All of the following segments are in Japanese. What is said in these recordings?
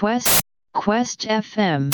Quest FM。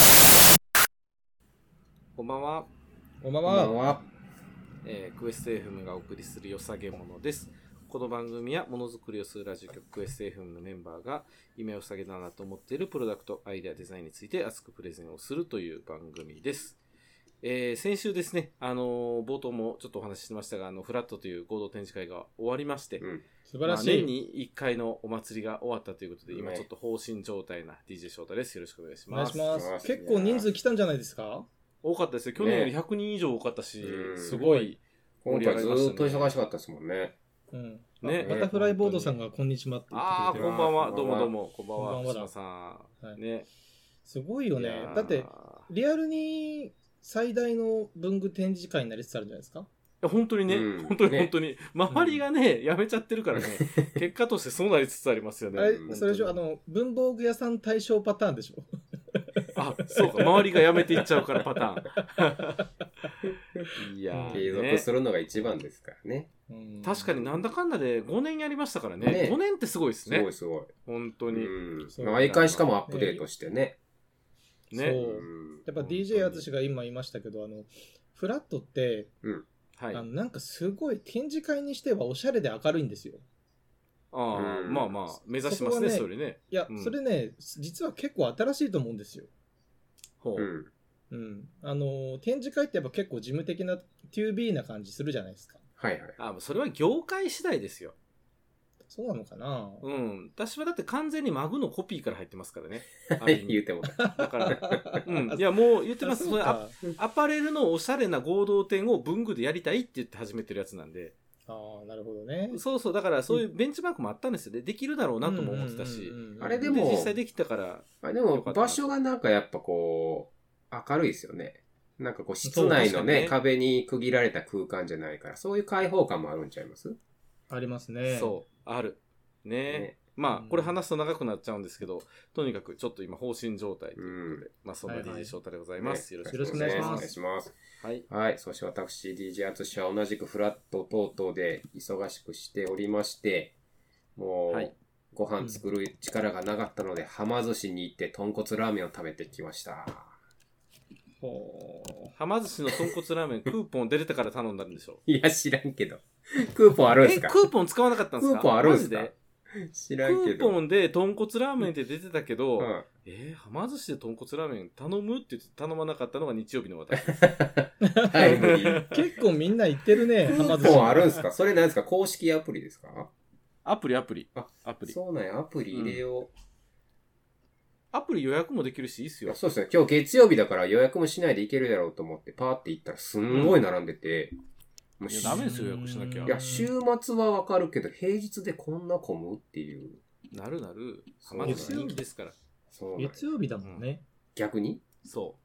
こんばんは。 こんばんは。 クエスト FM がお送りするよさげものです。この番組はものづくりをするラジオ局クエスト FM のメンバーが夢を下げだなと思っているプロダクト、アイデア、デザインについて熱くプレゼンをするという番組です。先週ですね、冒頭もちょっとお話ししてましたが、フラットという合同展示会が終わりまして、 素晴らしい。 年に1回のお祭りが終わったということで、今ちょっと放心状態な DJ 翔太です。よろしくお願いします。 お願いします。結構人数来たんじゃないですか？ 多かったですよ。去年より100人以上多かったし、すごい今回ずーっと忙しかったですもんね。 ね、 バタフライボードさんがこんにちはって言ってくれてる。 こんばんは。どうもどうも。こんばんは。 こんばんは島さん。 はい、 ね。 すごいよね。だって、リアルに最大の文具展示会になりつつあるんじゃないですか？いや本当にね、本当に。周りがね、やめちゃってるからね、結果としてそうなりつつありますよね。 あれ、それでしょ、文房具屋さん対象パターンでしょ？ あ、そうか。周りがやめていっちゃうからパターン。いや継続するのが一番ですからね。 確かになんだかんだで5年やりましたからね。5年ってすごいですね。 すごい。 本当に。 毎回しかもアップデートしてね。 そう。やっぱ DJ 淳が今言いましたけど、フラットって、なんかすごい展示会にしてはおしゃれで明るいんですよ。 まあまあ、目指しますね、それね。 いや、それね、実は結構新しいと思うんですよ。 ほう。 展示会ってやっぱ結構事務的な 2B な感じするじゃないですか。 はいはい。 それは業界次第ですよ。 そうなのかな？ 私はだって完全にマグのコピーから入ってますからね。 言うても。 だから、いやもう言ってます。アパレルのおしゃれな合同店を文具でやりたいって言って始めてるやつなんで。 ああ、なるほどね。 そうそう、だからそういうベンチマークもあったんですよね。できるだろうなとも思ってたし。 あれでも、 実際できたから。 でも場所がなんかやっぱこう、明るいですよね。なんかこう室内のね、壁に区切られた空間じゃないから、そういう開放感もあるんちゃいます？ ありますね。 そう、ある。ね。まあ、これ話すと長くなっちゃうんですけど、とにかくちょっと今放心状態ということで、まあそんな DJ 翔太でございます。よろしくお願いします。 お願いします。 はい。 はい。そして私、DJ 淳は同じくフラット等々で忙しくしておりまして、もう、ご飯作る力がなかったので、はま寿司に行って豚骨ラーメンを食べてきました。 はま寿司の豚骨ラーメン、クーポン出れたから頼んだんでしょ？ いや、知らんけど。クーポンあるんすか？ クーポン使わなかったんですか？ クーポンあるんすか？知らんけど。 クーポンで豚骨ラーメンって出てたけど、はま寿司で豚骨ラーメン頼むって言って頼まなかったのが日曜日の私です。 タイムリー。 結構みんな言ってるね、 はま寿司。クーポンあるんすか？それ何ですか？公式アプリですか？ アプリ。 そうなんや、アプリ入れよう。 アプリ予約もできるし、いいっすよ。 そうですね。今日月曜日だから予約もしないでいけるだろうと思って、パーって行ったらすんごい並んでて。 いや、ダメですよ、予約しなきゃ。 いや、週末はわかるけど、平日でこんな混むっていう。 なる。はま寿司人気ですから。 月曜日だもんね。 逆に？ そう。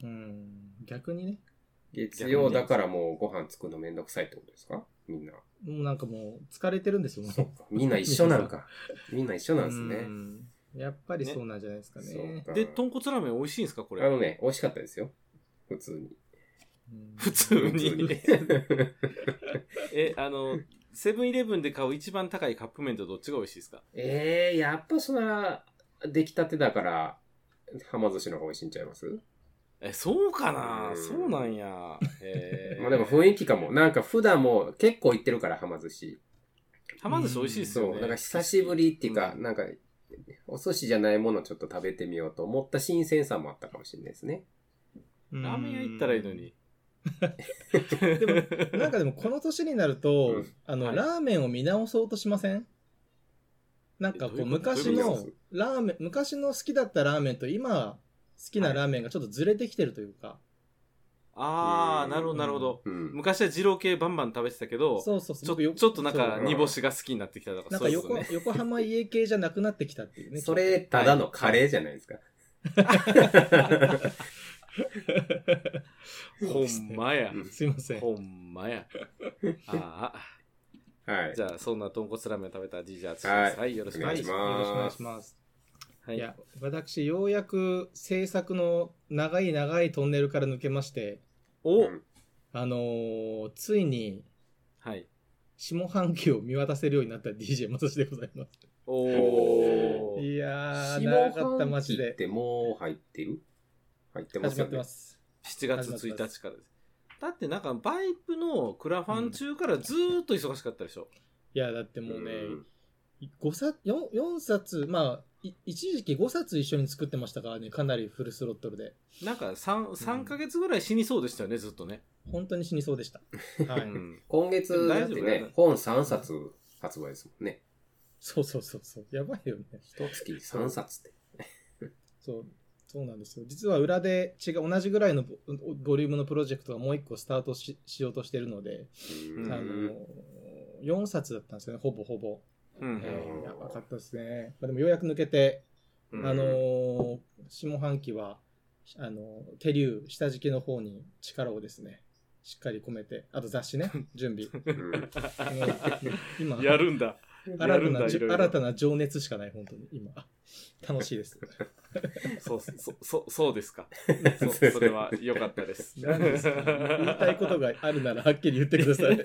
逆にね。 月曜だからもうご飯作るのめんどくさいってことですか？みんな。 もうなんかもう疲れてるんですよね。 そうか。みんな一緒なんか。みんな一緒なんですね。 やっぱりそうなんじゃないですかね。 で、豚骨ラーメン美味しいんですかこれ？ 美味しかったですよ。普通に。 普通に。セブンイレブンで買う一番高いカップ麺とどっちが美味しいですか？ やっぱそら、出来たてだから、はま寿司の方が美味しいんちゃいます？ そうかな？そうなんや。 まあでも雰囲気かも。なんか普段も結構行ってるから、はま寿司。 はま寿司美味しいですよね。 そう。なんか久しぶりっていうか、なんか、お寿司じゃないものをちょっと食べてみようと思った新鮮さもあったかもしれないですね。 ラーメン屋行ったらいいのに。 でもこの年になると、ラーメンを見直そうとしません？なんかこう昔の好きだったラーメンと今好きなラーメンがちょっとずれてきてるというか。 なるほど。昔は二郎系バンバン食べてたけど、 そうちょっとなんか煮干しが好きになってきたとか、 なんか横浜家系じゃなくなってきたっていうね。 それただのカレーじゃないですか。 ほんまや。 すいません。 ほんまや。はい。じゃあ、そんな豚骨ラーメンを食べた DJ 淳です。はい。よろしくお願いします。 よろしくお願いします。いや、私、ようやく制作の長いトンネルから抜けまして、ついに、下半期を見渡せるようになった DJ まさしでございます。 おー。 いやー、 長かったマジで。 ってもう入ってます始まよね。 ってます。 7月1日からです。だってなんかバイプのクラファン中からずーっと忙しかったでしょ。 いやだってもうね、 うん 4冊、まあ一時期5冊一緒に作ってましたからね、かなりフルスロットルで。 なんか3ヶ月ぐらい死にそうでしたよね、ずっとね。 本当に死にそうでした。はい。 今月だってね、本3冊発売ですもんね。 そう。やばいよね。 一月3冊って。 そうなんですよ。実は裏で同じぐらいのボリュームのプロジェクトがもう一個スタート しようとしてるので、4冊だったんですよね、ほぼ。やばかったですね。でもようやく抜けて、下半期は、手竜、下敷きの方に力をですね、しっかり込めて、あと雑誌ね、準備。今、 やるんだ。 新たな情熱しかない、本当に。今、楽しいです。 そうですか。それは良かったです。 何ですか？言いたいことがあるならはっきり言ってください。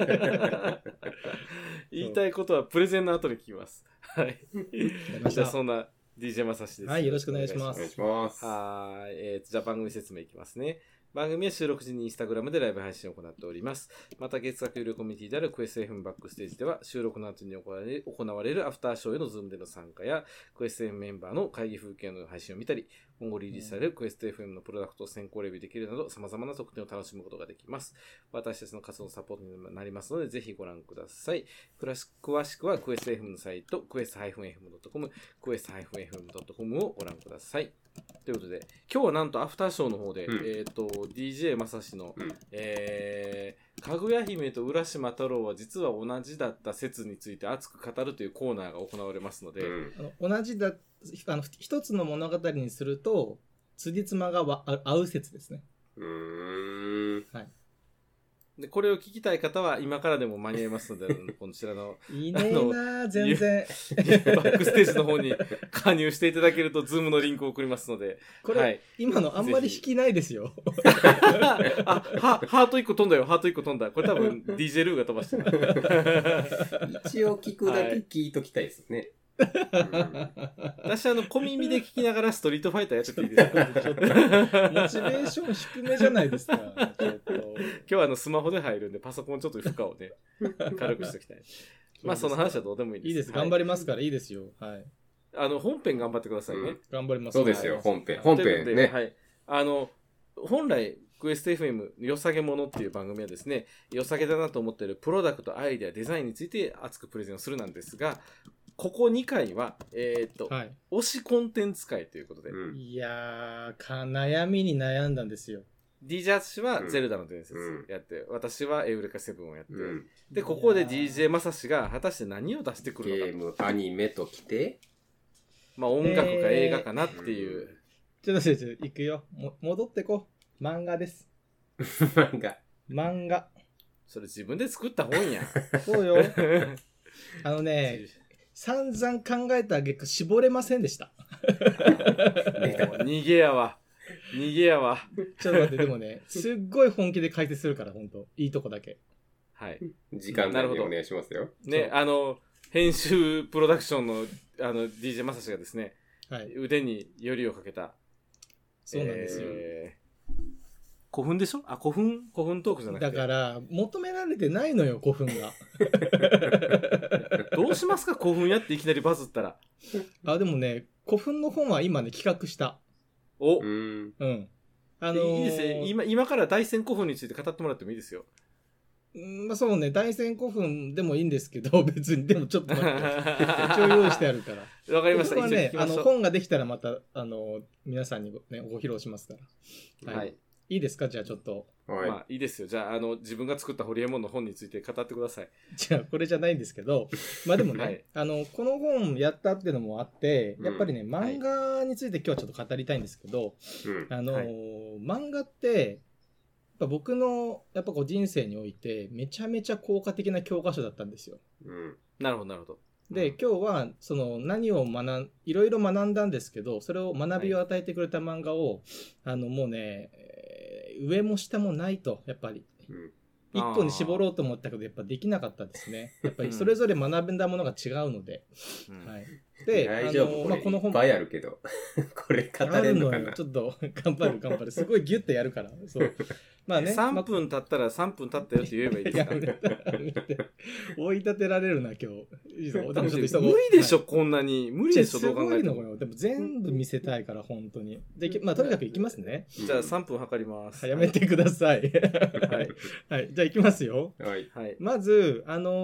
言いたいことはプレゼンの後で聞きます。はい。じゃあそんな DJ まさしです。 はい、よろしくお願いします。 お願いします。 はい。じゃあ番組説明いきますね。番組は収録時にインスタグラムでライブ配信を行っております。また月額有料コミュニティであるクエスト FM バックステージでは収録の後に行われるアフターショーへのズームでの参加やクエスト FM メンバーの会議風景の配信を見たり、今後リリースされるクエスト FM のプロダクトを先行レビューできるなど様々な特典を楽しむことができます。私たちの活動のサポートになりますのでぜひご覧ください。詳しくはクエスト FM のサイト、quest-fm.com、quest-fm.com をご覧ください。ということで、今日はなんとアフターショーの方で、DJ まさしの、かぐや姫と浦島太郎は実は同じだった説について熱く語るというコーナーが行われますので、 同じだ、一つの物語にすると、辻褄が合う説ですね。はい。 で、これを聞きたい方は今からでも間に合いますので、こちらの、 いねえな全然。 バックステージの方に加入していただけると、ズームのリンクを送りますので。 これ、はい、今のあんまり引きないですよ。 ハート1個飛んだよ、ハート1個飛んだ。これ多分 DJ ルーが飛ばしてる。 一応聞くだけ聞いときたいですね。 私小耳で聞きながらストリートファイターやってていいですか？ ちょっとモチベーション低めじゃないですか。ちょっと今日はスマホで入るんでパソコンちょっと負荷をね軽くしておきたい。まあその話はどうでもいいです。 いいです。頑張りますからいいですよ。はい。 本編頑張ってくださいね。 頑張ります。 そうですよ。本編ね。 はい。本来クエスト FM よさげものっていう番組はですね、よさげだなと思っているプロダクト、アイデア、デザインについて熱くプレゼンをするなんですが、ここ2回は、推しコンテンツ会ということで。 いやー、悩みに悩んだんですよ。 DJ アツシはゼルダの伝説やって、私はエウレカセブンをやって、で、ここで DJ まさしが果たして何を出してくるのか。 ゲーム、アニメときて、 まあ音楽か映画かなっていう。 ちょっと行くよ。戻ってこ。漫画です。漫画。 それ自分で作った本や。 そうよ。散々考えた挙句絞れませんでした。 逃げやわ。 ちょっと待って、でもね、すっごい本気で解説するから、ほんと。いいとこだけ。 はい。 時間内でお願いしますよ。 ね、編集プロダクションの、DJ まさしがですね、 はい、 腕によりをかけた。 そうなんですよ。 古墳でしょ？古墳トークじゃなくて。 だから、求められてないのよ、古墳が。 どうしますか、古墳やっていきなりバズったら。 でもね、古墳の本は今ね、企画した。 お。 うん。 いいですね。今から大仙古墳について語ってもらってもいいですよ。 まあそうね、大仙古墳でもいいんですけど、別に、でもちょっと待って。一応用意してあるから。 わかりました。 僕はね、本ができたらまた、皆さんにね、ご披露しますから。 はい。 いいですか？じゃあちょっと。 まあいいですよ。じゃあ、自分が作ったホリエモンの本について語ってください。 じゃあ、これじゃないんですけど、まあでもね、この本やったっていうのもあって、やっぱりね、漫画について今日はちょっと語りたいんですけど、漫画って、僕のやっぱ人生においてめちゃめちゃ効果的な教科書だったんですよ。 なるほど。 で、今日は何をいろいろ学んだんですけど、それを学びを与えてくれた漫画を、もうね、上も下もないと、やっぱり。一個に絞ろうと思ったけど、やっぱできなかったですね。やっぱりそれぞれ学んだものが違うので。はい。 で、 大丈夫、 この本いっぱいあるけど。これ語れるのかな。 ちょっと、頑張る。すごいギュッてやるから。そう。まあね。 3分経ったら3分経ったよって言えばいいですか？ やめて。追い立てられるな、今日。いいぞ。でもちょっと無理でしょ、こんなに。無理でしょ、どう考えても。 でも全部見せたいから、本当に。で、まあ、とにかく行きますね。 じゃあ3分測ります。 やめてください。 はい。 はい。じゃあ行きますよ。 はい。 まず、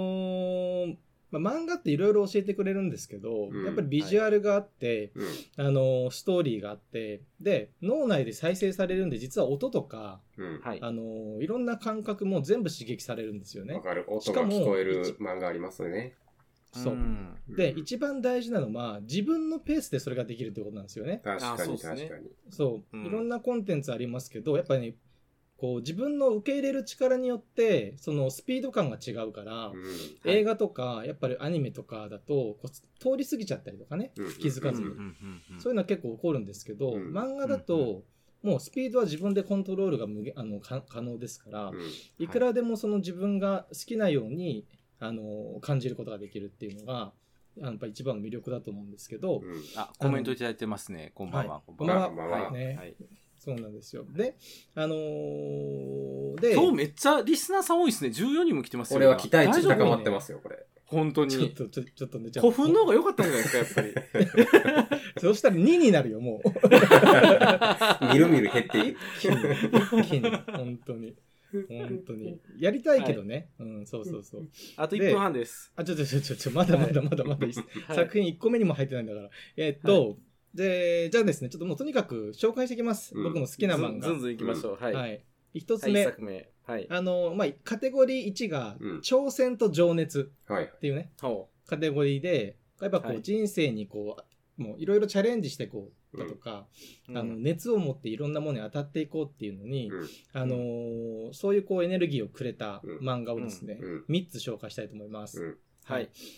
漫画っていろいろ教えてくれるんですけど、やっぱりビジュアルがあって、ストーリーがあって、で、脳内で再生されるんで、実は音とか、いろんな感覚も全部刺激されるんですよね。 わかる。音が聞こえる漫画ありますよね。 そう。で、一番大事なのは、自分のペースでそれができるってことなんですよね。 確かに。 そう。いろんなコンテンツありますけど、やっぱりね、こう自分の受け入れる力によってそのスピード感が違うから、映画とかやっぱりアニメとかだとこう通り過ぎちゃったりとかね、気づかずに、そういうのは結構起こるんですけど、漫画だともうスピードは自分でコントロールが可能ですから、いくらでもその自分が好きなように感じることができるっていうのがやっぱ一番の魅力だと思うんですけど、 コメントいただいてますね。こんばんは。 こんばんは。はいそうなんですよ。で、 今日めっちゃリスナーさん多いですね。14人も来てますよ。 これは期待値高まってますよ、これ。 本当に。 ちょっとね、 古墳の方が良かったんじゃないですか、やっぱり。そうしたら2になるよ、もう。 みるみる減っていく。 一気に、本当に。本当に。やりたいけどね。そう。 あと1分半です。 まだ、作品1個目にも入ってないんだから。じゃあですね、ちょっともうとにかく紹介していきます。僕の好きな漫画。 ずんずんいきましょう。はい。 一つ目。カテゴリー1が、挑戦と情熱っていうね、カテゴリーで、やっぱこう人生にこう、もういろいろチャレンジしてこう、だとか、熱を持っていろんなものに当たっていこうっていうのに、そういうこうエネルギーをくれた漫画をですね、3つ紹介したいと思います。はい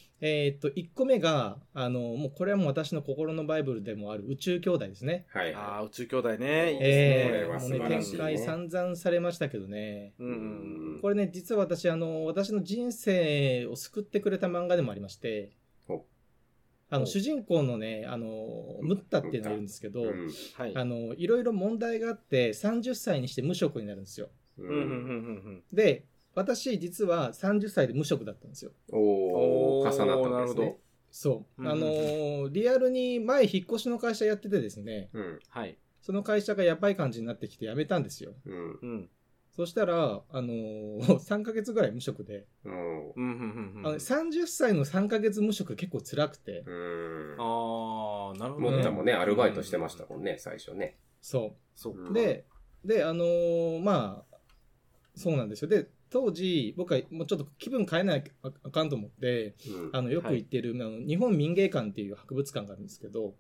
。1個目が、もうこれはもう私の心のバイブルでもある宇宙兄弟ですね。 はい。 宇宙兄弟ね。いいですね。 もうね、展開散々されましたけどね。これね、実は私の人生を救ってくれた漫画でもありまして、主人公のね、ムッタっていうのがいるんですけど、いろいろ問題があって30歳にして無職になるんですよ。で、私、実は30歳で無職だったんですよ。 重なったんですね。 そう。リアルに前引っ越しの会社やっててですね、その会社がやばい感じになってきて辞めたんですよ。そしたら、3ヶ月ぐらい無職で、30歳の3ヶ月無職結構辛くて。 なるほど。 もったもね、アルバイトしてましたもんね、最初ね。 そう。で、まあ、そうなんですよ。で、当時、僕はもうちょっと気分変えないあかんと思って、よく行ってる、日本民芸館っていう博物館があるんですけど、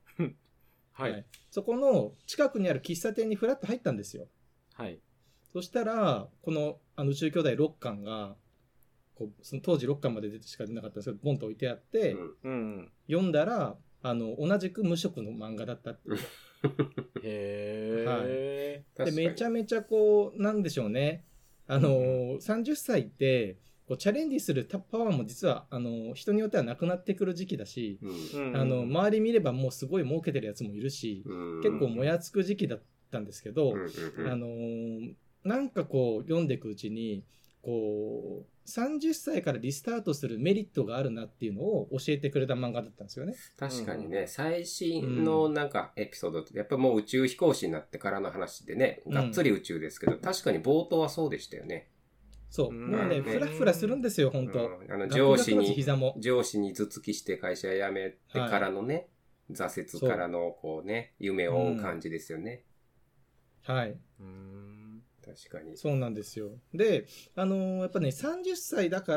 そこの近くにある喫茶店にフラッと入ったんですよ。そしたら、この宇宙兄弟6巻が、その当時6巻までしか出なかったんですけど、ボンと置いてあって、読んだら、同じく無職の漫画だったっていう。で、めちゃめちゃなんでしょうね。30歳って、チャレンジするパワーも実は、人によってはなくなってくる時期だし、周り見ればもうすごい儲けてるやつもいるし、結構もやつく時期だったんですけど、なんか読んでいくうちに、30歳からリスタートするメリットがあるなっていうのを教えてくれた漫画だったんですよね。 確かにね、最新のなんかエピソードって、やっぱもう宇宙飛行士になってからの話でね、がっつり宇宙ですけど、確かに冒頭はそうでしたよね。 そう。もうね、フラフラするんですよ、本当上司に頭突きして会社辞めてからのね、挫折からの夢を追う感じですよね。 はい。 確かに。 そうなんですよ。で、やっぱね、30歳だから、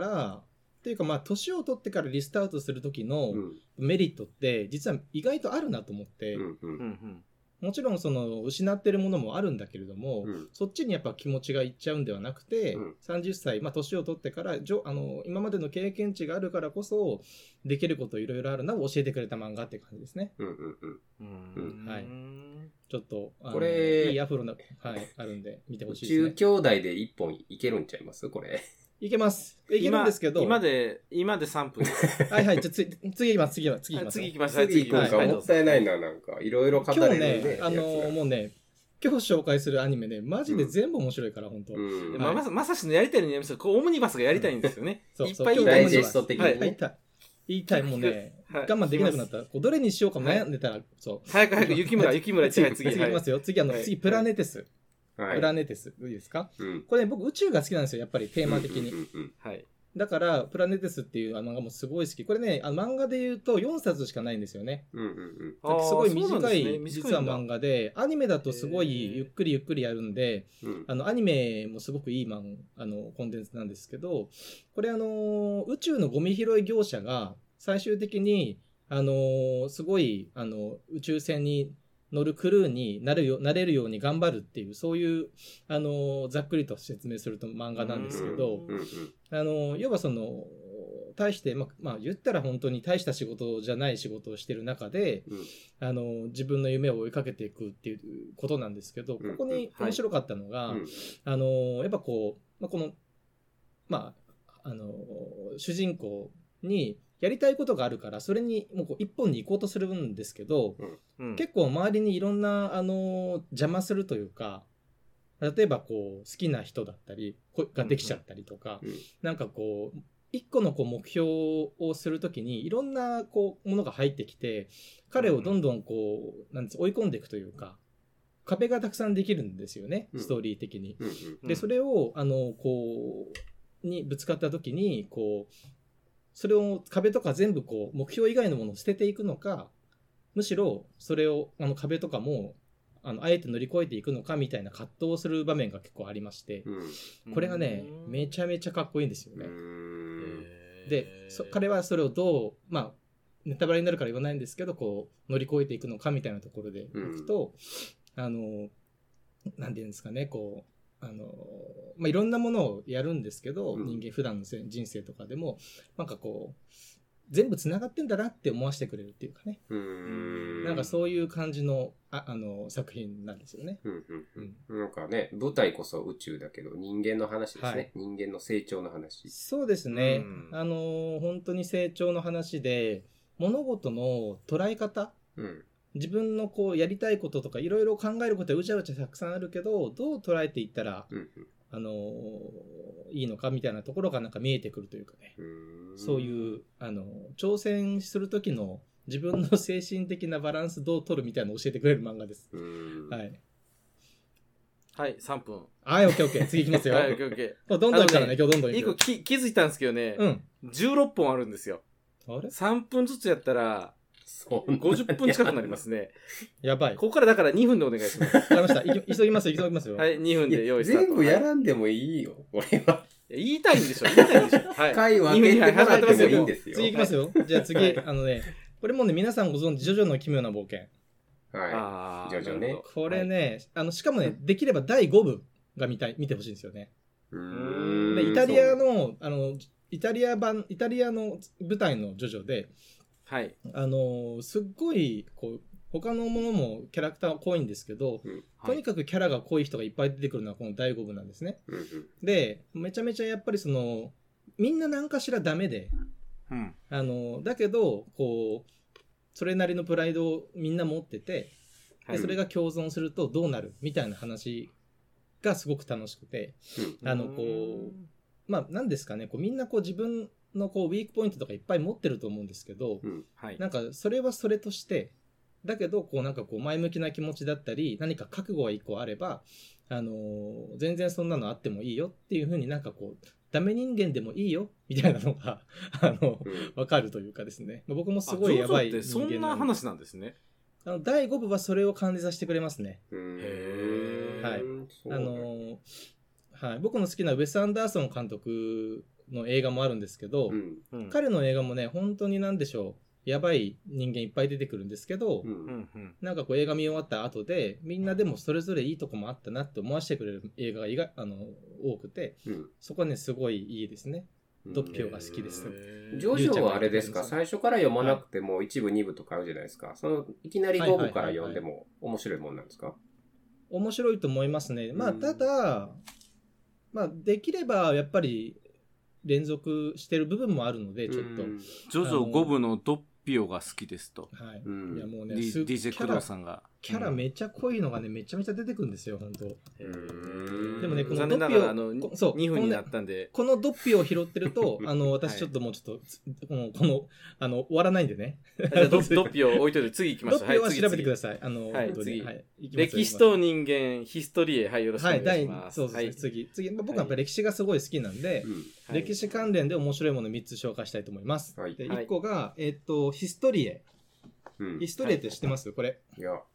っていうかまあ、年を取ってからリスタートする時のメリットって、実は意外とあるなと思って、もちろん失ってるものもあるんだけれども、そっちにやっぱ気持ちがいっちゃうんではなくて、30歳、まあ年を取ってから今までの経験値があるからこそできることいろいろあるなを教えてくれた漫画って感じですね。はい。ちょっとこれいいアフロな、あるんで見てほしいですね。 宇宙兄弟で一本いけるんちゃいますこれ。 いけます。いけるんですけど。 今で3分です。 はいはい。じゃあ次行きます。次行きます。次行くか。もったいないな、なんか。いろいろ語れるね。 今日ね、もうね、今日紹介するアニメね、マジで全部面白いから、本当。 まさしのやりたいのにやめますオムニバスがやりたいんですよね。いっぱいダイジェスト的に。 言いたい、もうね、我慢できなくなった。どれにしようか悩んでたら、そう。 早く、雪村、次行きますよ。次、プラネテス。プラネテス。いいですかこれ僕宇宙が好きなんですよ、やっぱりテーマ的に。はい。だから、プラネテスっていう漫画もすごい好き。これね、漫画で言うと4冊しかないんですよね。すごい短い、実は漫画で、アニメだとすごいゆっくりやるんで、アニメもすごくいいコンテンツなんですけど、これ宇宙のゴミ拾い業者が最終的に、すごい、宇宙船に乗るクルーになれるように頑張るっていう、そういう、ざっくりと説明すると漫画なんですけど、要は大して、言ったら本当に大した仕事じゃない仕事をしてる中で、自分の夢を追いかけていくっていうことなんですけど、ここに面白かったのが、やっぱこの、主人公に、やりたいことがあるから、それにもう一本に行こうとするんですけど、結構周りにいろんな、邪魔するというか、例えば好きな人だったり、ができちゃったりとか、なんか一個の目標をするときにいろんなものが入ってきて、彼をどんどんなんです追い込んでいくというか、壁がたくさんできるんですよね、ストーリー的に。で、それを、にぶつかったときに、それを壁とか全部目標以外のものを捨てていくのか、むしろそれを壁とかもあえて乗り越えていくのかみたいな葛藤をする場面が結構ありまして、これがねめちゃめちゃかっこいいんですよね。で彼はそれをどうネタバレになるから言わないんですけど乗り越えていくのかみたいなところでいくと、なんていうんですかねいろんなものをやるんですけど、人間普段の人生とかでも、全部繋がってんだなって思わせてくれるっていうかね。なんかそういう感じの、作品なんですよね。 なんかね、舞台こそ宇宙だけど、人間の話ですね。はい、人間の成長の話。 そうですね。本当に成長の話で、物事の捉え方、自分のやりたいこととかいろいろ考えることはうちゃうちゃたくさんあるけど、どう捉えていったら、いいのかみたいなところがなんか見えてくるというかね。そういう、挑戦する時の自分の精神的なバランスどう取るみたいなのを教えてくれる漫画です。はい。 はい、3分。 はい、オッケー。次行きますよ。 はい、オッケー。どんどん行くからね、今日どんどん行く。 一個気づいたんですけどね、16本あるんですよ。 あれ ?3 分ずつやったら、50分近くなりますね。 やばい。 ここからだから2分でお願いします。 わかりました。急ぎますよ。 はい、2分で用意スタート。 全部やらんでもいいよ、俺は。 言いたいんでしょ。 はい。回分けてもらってもいいんですよ。 次行きますよ。じゃあ次、これもね、皆さんご存知、ジョジョの奇妙な冒険。 はい。ジョジョね。 これね、しかもね、できれば第5部が見てほしいんですよね。で、イタリアの舞台のジョジョで、 はい。 すっごい、他のものもキャラクターが濃いんですけど、とにかくキャラが濃い人がいっぱい出てくるのはこの第5部なんですね。で、めちゃめちゃやっぱりみんな何かしらダメで、だけど、それなりのプライドをみんな持ってて、でそれが共存するとどうなるみたいな話がすごく楽しくて、何ですかね、みんな自分のウィークポイントとかいっぱい持ってると思うんですけど、なんかそれはそれとして、だけど前向きな気持ちだったり、何か覚悟が一個あれば、全然そんなのあってもいいよっていう風にダメ人間でもいいよみたいなのがわかるというかですね。僕もすごいやばい人間なんで。 そんな話なんですね。 第5部はそれを感じさせてくれますね。はい。はい。僕の好きなウェス・アンダーソン監督の映画もあるんですけど、彼の映画もね、本当に何でしょう。やばい人間いっぱい出てくるんですけど、なんか映画見終わった後で、みんなでもそれぞれいいとこもあったなって思わせてくれる映画が多くて、そこはね、すごいいいですね。ドッピョが好きです。 ジョジョはあれですか、最初から読まなくても1部2部とかあるじゃないですか。いきなり5部から読んでも面白いもんなんですか？ 面白いと思いますね。ただ、できればやっぱり連続してる部分もあるので、ちょっと。 ジョジョ5部のドッピオが好きですと。 はい。 うんいやもうね、 DJ 工藤さんが。 キャラめっちゃ濃いのがね、めちゃめちゃ出てくるんですよ、本当。でもね、この残ドッピ念ながらオ、 2分になったんで。 このドッピオを拾ってると、私ちょっともうちょっと、この、終わらないんでね。 じゃあドッピオ置いといて次行きましょう。 ドッピオは調べてください。 次。 はい歴史と人間、ヒストリエ。はい、よろしくお願いします。 そうですね、次。僕はやっぱり歴史がすごい好きなんで、歴史関連で面白いもの3つ紹介したいと思います。で、1個が、ヒストリエ。ヒストリエって知ってますこれ。 いや。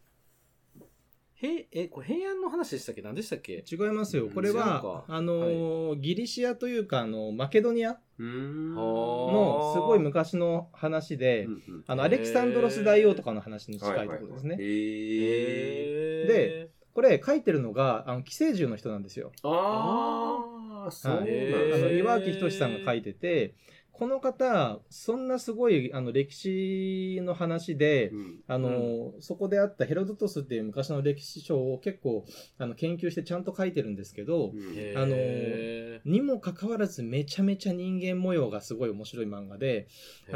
これ平安の話でしたっけ？何でしたっけ？ 違いますよ。これは、ギリシアというか、マケドニアのすごい昔の話で、アレキサンドロス大王とかの話に近いところですね。で、これ書いてるのが、寄生獣の人なんですよ。 ああ、そうなんですね。 岩脇仁さんが書いてて、この方、そんなすごい歴史の話で、そこであったヘロドトスっていう昔の歴史書を結構研究してちゃんと書いてるんですけど、にもかかわらずめちゃめちゃ人間模様がすごい面白い漫画で、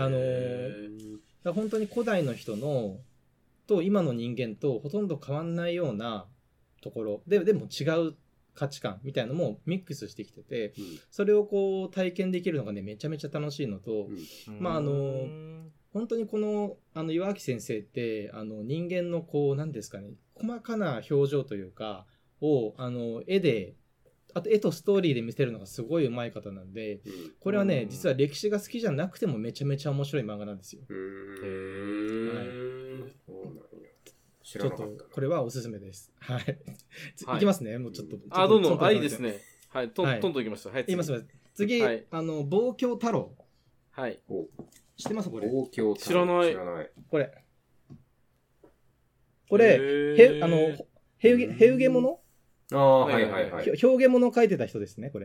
本当に古代の人のと今の人間とほとんど変わんないようなところでも違う価値観みたいなのもミックスしてきてて、それをこう体験できるのがねめちゃめちゃ楽しいのと、本当にこの岩脇先生って人間のこう何ですかね、細かな表情というかを絵で、あと絵とストーリーで見せるのがすごい上手い方なんで、これはね実は歴史が好きじゃなくてもめちゃめちゃ面白い漫画なんですよ。ちょっとこれはおすすめです。はい。いきますね。もうちょっと。 どんどん。いいですね。はい。どんどんいきましょう。はい。 言います。次、望郷太郎。 はい。 知ってますこれ？ 望郷太郎。 知らない。 これ、ヘウゲモノ？ はいはいはい。 表現物を書いてた人ですね、これ。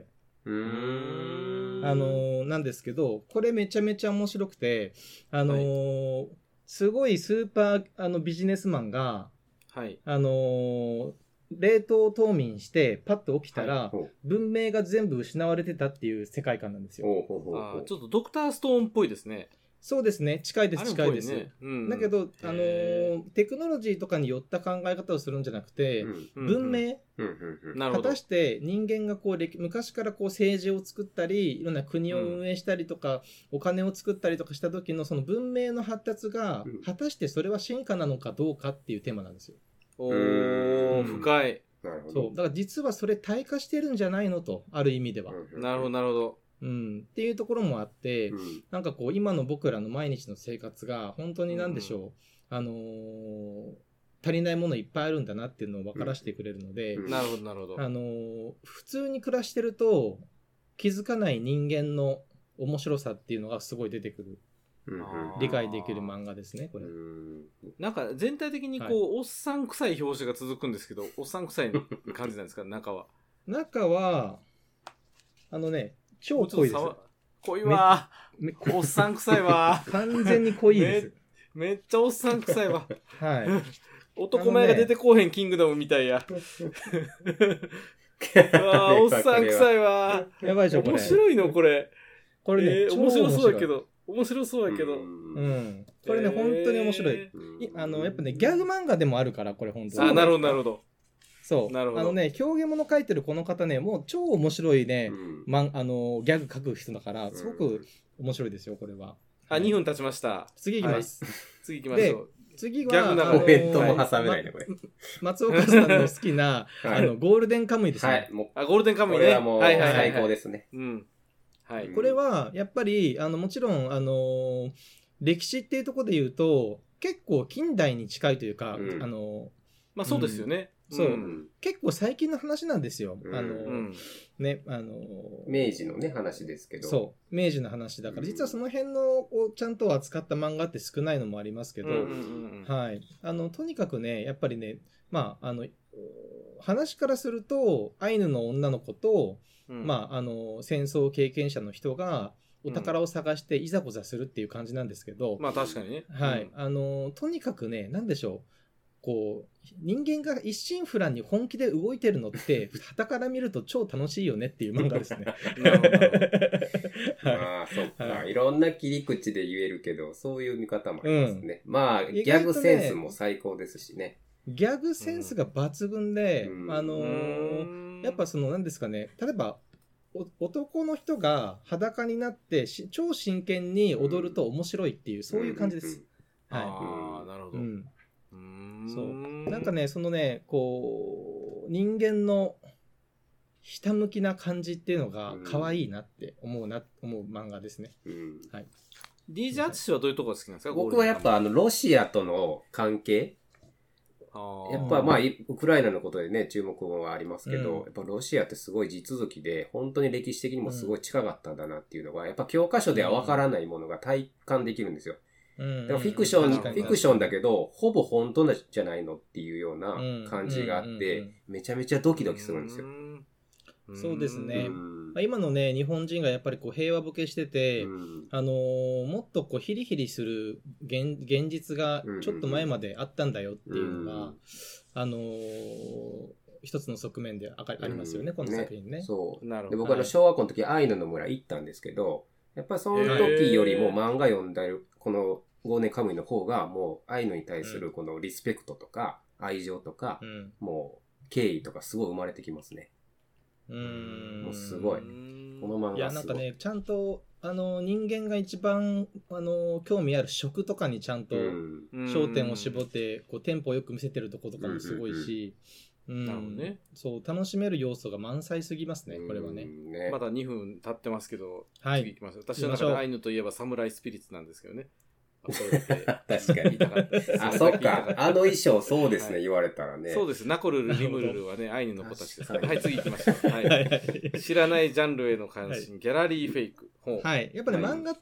なんですけど、これめちゃめちゃ面白くて、すごいスーパービジネスマンが、冷凍冬眠してパッと起きたら、文明が全部失われてたっていう世界観なんですよ。 ちょっとドクターストーンっぽいですね。 そうですね。近いです。だけど、テクノロジーとかによった考え方をするんじゃなくて、文明、果たして人間がこう昔からこう政治を作ったり、いろんな国を運営したりとか、お金を作ったりとかした時のその文明の発達が、果たしてそれは進化なのかどうかっていうテーマなんですよ。 深い。 そう。だから実はそれ退化してるんじゃないのと、ある意味では。 なるほど、なるほど。 っていうところもあって、なんかこう今の僕らの毎日の生活が本当に何でしょう、足りないものいっぱいあるんだなっていうのを分からせてくれるので、 なるほどなるほど。 普通に暮らしてると気づかない人間の面白さっていうのがすごい出てくる。理解できる漫画ですね、これ。 なんか全体的にこう、おっさん臭い表紙が続くんですけど、おっさん臭い感じなんですか、中は。 中は、超濃いです。 濃いわ。おっさん臭いわ。 完全に濃いです。 めっちゃおっさん臭いわ。 はい。 男前が出てこうへんキングダムみたいや。おっさん臭いわ。 やばいでしょ、これ。 面白いの、これ。 これね、 面白そうだけど。面白そうだけど。 これね、本当に面白い。やっぱね、ギャグ漫画でもあるから、これ本当に。 なるほど、なるほど。 そう。表現物書いてるこの方ね、もう超面白いね、ギャグ書く人だから、すごく面白いですよ、これは。 2分経ちました。 次行きます。 次行きましょう。 次は、 ギャグなコメントも挟めないね、これ。 松岡さんの好きな、ゴールデンカムイですね。 ゴールデンカムイね。 これはもう最高ですね。 これは、やっぱり、もちろん、歴史っていうところで言うと、結構近代に近いというか、 まあそうですよね。 そう。結構最近の話なんですよ。ね、 明治のね、話ですけど。 そう。明治の話だから、実はその辺のをちゃんと扱った漫画って少ないのもありますけど、はい。とにかくね、やっぱりね、まあ、話からすると、アイヌの女の子と、まあ、戦争経験者の人が、お宝を探していざこざするっていう感じなんですけど、 まあ確かにね。 はい。とにかくね、なんでしょう。 こう人間が一心不乱に本気で動いてるのって傍から見ると超楽しいよねっていう漫画ですね。 なるほど。 まあ、そっか、 はい。 いろんな切り口で言えるけど、そういう見方もありますね。まあ、ギャグセンスも最高ですしね。 ギャグセンスが抜群で、やっぱその何ですかね、例えば男の人が裸になって超真剣に踊ると面白いっていう、そういう感じです。はい。 ああ、なるほど。 そう。なんかね、そのね、こう、人間のひたむきな感じっていうのが可愛いなって思う漫画ですね。はい。 DJ アツシはどういうところが好きなんですか？ 僕はやっぱロシアとの関係、やっぱまあウクライナのことでね注目はありますけど、やっぱロシアってすごい地続きで本当に歴史的にもすごい近かったんだなっていうのが、やっぱ教科書ではわからないものが体感できるんですよ。だからフィクションだけどほぼ本当じゃないのっていうような感じがあって、めちゃめちゃドキドキするんですよ。 そうですね。今のね、日本人がやっぱりこう平和ボケしてて、もっとこうヒリヒリする現実がちょっと前まであったんだよっていうのが、一つの側面でありますよね、この作品ね。 そう。で僕小学校の時、アイヌの村行ったんですけど、やっぱりその時よりも漫画読んだこのゴーネカムイの方がもうアイヌに対するこのリスペクトとか愛情とか、もう敬意とかすごい生まれてきますね。もうすごい。この漫画すごい。 いや、なんかね、ちゃんと、人間が一番、興味ある食とかにちゃんと、焦点を絞って、こう、テンポをよく見せてるとことかもすごいし、 なるほどね。 そう、楽しめる要素が満載すぎますね、これはね。 まだ2分経ってますけど、 はい。 次行きます。私の中でアイヌといえばサムライスピリッツなんですけどね。 確かに。あ、そっか。あの衣装、そうですね、言われたらね。 そうです。ナコルル、リムルルはね、アイヌの子たちですから。はい、次行きましょう。はい。知らないジャンルへの関心、ギャラリーフェイク。 はい。やっぱね、漫画って、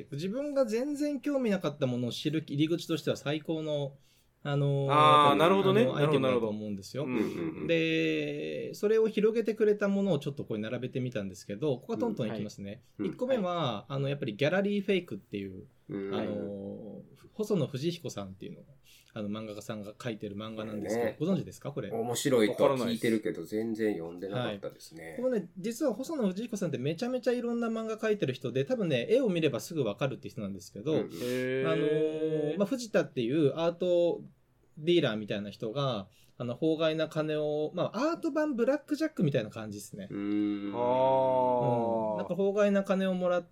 自分が全然興味なかったものを知る入り口としては最高の、 なるほどね。 アイテムだと思うんですよ。で、それを広げてくれたものをちょっとここに並べてみたんですけど、ここはトントンいきますね。1個目は、やっぱりギャラリーフェイクっていう、細野藤彦さんっていうの漫画家さんが書いてる漫画なんですけど、ご存知ですかこれ。 面白いとは聞いてるけど、全然読んでなかったですね。 このね、実は細野藤彦さんってめちゃめちゃいろんな漫画書いてる人で、多分ね、絵を見ればすぐわかるって人なんですけど、藤田っていうアートディーラーみたいな人が、法外な金を、アート版ブラックジャックみたいな感じですね。なんか法外な金をもらって、